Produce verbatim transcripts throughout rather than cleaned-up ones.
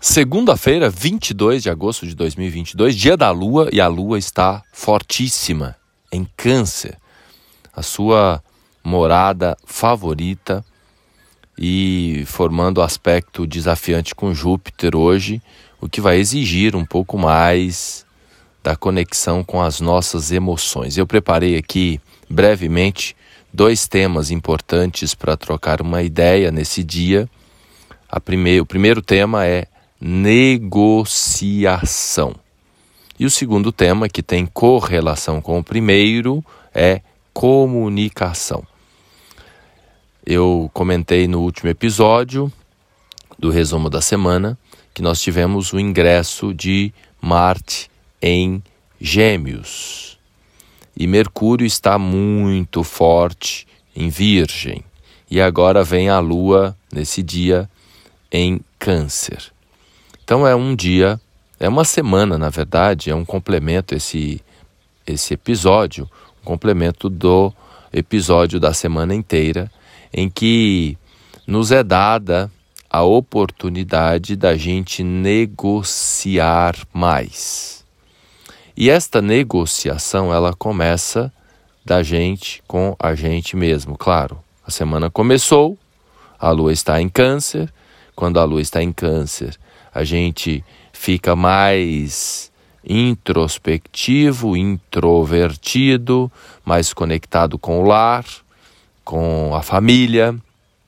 Segunda-feira, vinte e dois de agosto de dois mil e vinte e dois, dia da Lua, e a Lua está fortíssima em Câncer, a sua morada favorita, e formando aspecto desafiante com Júpiter hoje, o que vai exigir um pouco mais da conexão com as nossas emoções. Eu preparei aqui brevemente dois temas importantes para trocar uma ideia nesse dia. A primeir, o primeiro tema é negociação. E o segundo tema, que tem correlação com o primeiro, é comunicação. Eu comentei no último episódio do resumo da semana que nós tivemos o ingresso de Marte em Gêmeos. E Mercúrio está muito forte em Virgem. E agora vem a Lua nesse dia em Câncer. Então é um dia, é uma semana na verdade, é um complemento esse, esse episódio, um complemento do episódio da semana inteira, em que nos é dada a oportunidade da gente negociar mais. E esta negociação, ela começa da gente com a gente mesmo, claro. A semana começou, a Lua está em Câncer. Quando a Lua está em Câncer, a gente fica mais introspectivo, introvertido, mais conectado com o lar, com a família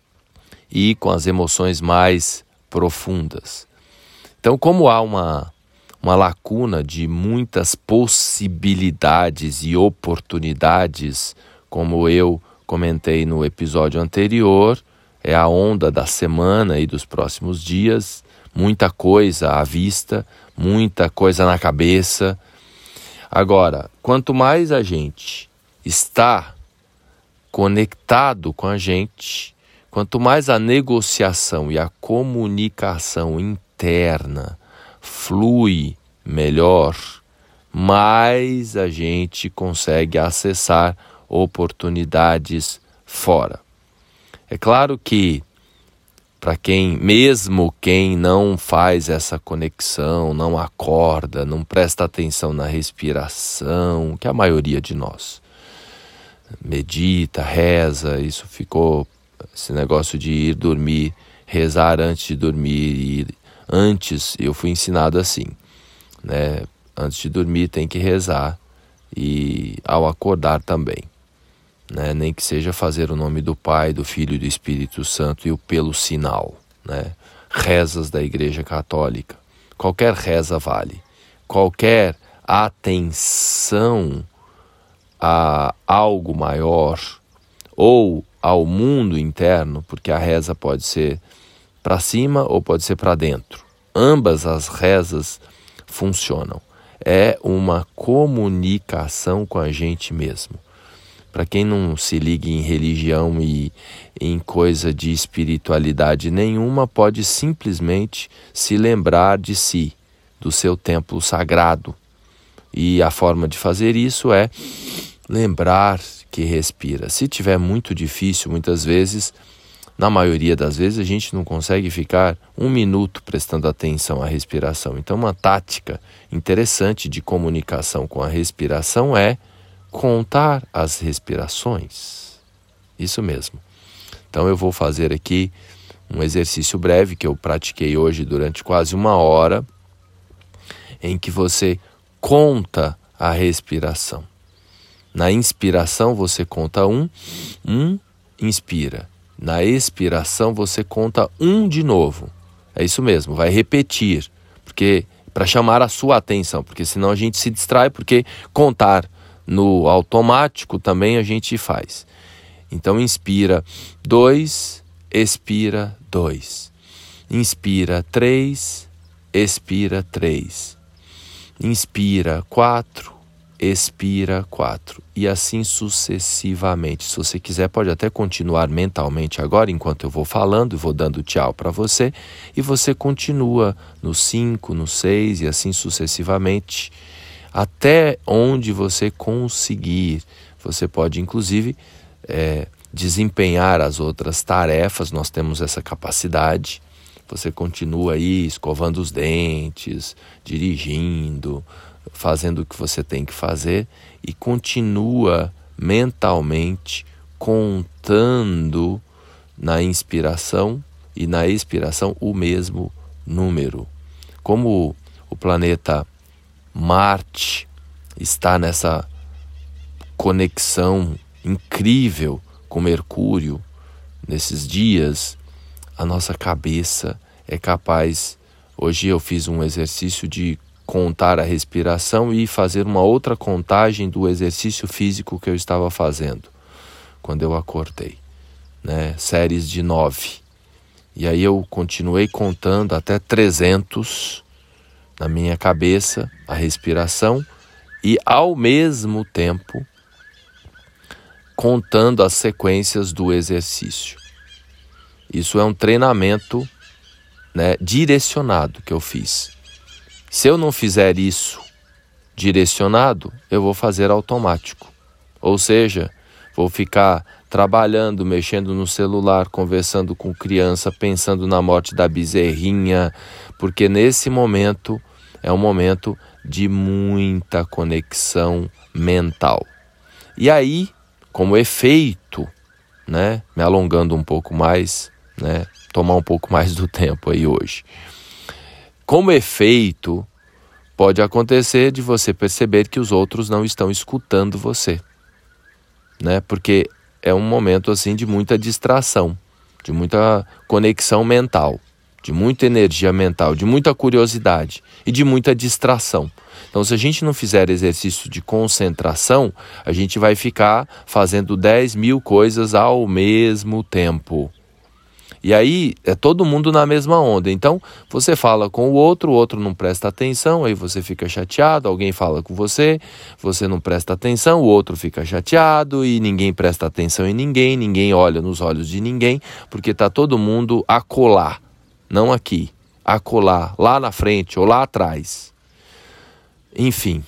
e com as emoções mais profundas. Então, como há uma, uma lacuna de muitas possibilidades e oportunidades, como eu comentei no episódio anterior, é a onda da semana e dos próximos dias, muita coisa à vista, muita coisa na cabeça. Agora, quanto mais a gente está conectado com a gente, quanto mais a negociação e a comunicação interna flui melhor, mais a gente consegue acessar oportunidades fora. É claro que para quem, mesmo quem não faz essa conexão, não acorda, não presta atenção na respiração, que é a maioria de nós medita, reza, isso ficou, esse negócio de ir dormir, rezar antes de dormir, e antes eu fui ensinado assim, né? Antes de dormir tem que rezar e ao acordar também. Né? Nem que seja fazer o nome do Pai, do Filho e do Espírito Santo e o pelo sinal, né? Rezas da Igreja Católica. Qualquer reza vale. Qualquer atenção a algo maior ou ao mundo interno, porque a reza pode ser para cima ou pode ser para dentro. Ambas as rezas funcionam. É uma comunicação com a gente mesmo. Para quem não se liga em religião e em coisa de espiritualidade nenhuma, pode simplesmente se lembrar de si, do seu templo sagrado. E a forma de fazer isso é lembrar que respira. Se tiver muito difícil, muitas vezes, na maioria das vezes, a gente não consegue ficar um minuto prestando atenção à respiração. Então, uma tática interessante de comunicação com a respiração é contar as respirações. Isso mesmo. Então eu vou fazer aqui um exercício breve que eu pratiquei hoje durante quase uma hora, em que você conta a respiração. Na inspiração você conta um, um, inspira. Na expiração você conta um de novo. É isso mesmo, vai repetir, porque para chamar a sua atenção, porque senão a gente se distrai, porque contar no automático também a gente faz. Então inspira dois, expira dois. Inspira três, expira três. Inspira quatro, expira quatro. E assim sucessivamente. Se você quiser, pode até continuar mentalmente agora, enquanto eu vou falando e vou dando tchau para você. E você continua no cinco, no seis e assim sucessivamente, até onde você conseguir. Você pode, inclusive, é, desempenhar as outras tarefas. Nós temos essa capacidade você continua aí escovando os dentes, dirigindo, fazendo o que você tem que fazer e continua mentalmente contando na inspiração e na expiração o mesmo número. Como o planeta Marte está nessa conexão incrível com Mercúrio nesses dias, a nossa cabeça é capaz. Hoje eu fiz um exercício de contar a respiração e fazer uma outra contagem do exercício físico que eu estava fazendo quando eu acordei, né? Séries de nove. E aí eu continuei contando até trezentos na minha cabeça, a respiração, e ao mesmo tempo contando as sequências do exercício. Isso é um treinamento, né, direcionado que eu fiz. Se eu não fizer isso direcionado, eu vou fazer automático. Ou seja, vou ficar trabalhando, mexendo no celular, conversando com criança, pensando na morte da bezerrinha, porque nesse momento é um momento de muita conexão mental. E aí, como efeito, né, me alongando um pouco mais, né, tomar um pouco mais do tempo aí hoje. Como efeito, pode acontecer de você perceber que os outros não estão escutando você, né? Porque é um momento assim de muita distração, de muita conexão mental, de muita energia mental, de muita curiosidade e de muita distração. Então, se a gente não fizer exercício de concentração, a gente vai ficar fazendo dez mil coisas ao mesmo tempo. E aí é todo mundo na mesma onda. Então você fala com o outro, o outro não presta atenção, aí você fica chateado, alguém fala com você, você não presta atenção, o outro fica chateado e ninguém presta atenção em ninguém, ninguém olha nos olhos de ninguém, porque está todo mundo acolá, não aqui, acolá, lá na frente ou lá atrás. Enfim,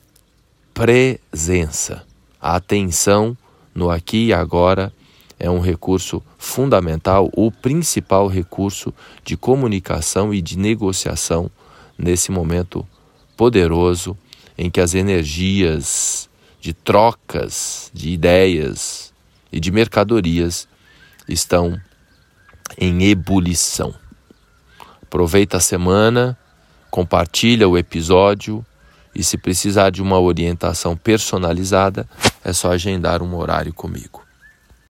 presença, a atenção no aqui e agora é um recurso fundamental, o principal recurso de comunicação e de negociação nesse momento poderoso em que as energias de trocas de ideias e de mercadorias estão em ebulição. Aproveita a semana, compartilha o episódio e se precisar de uma orientação personalizada, é só agendar um horário comigo.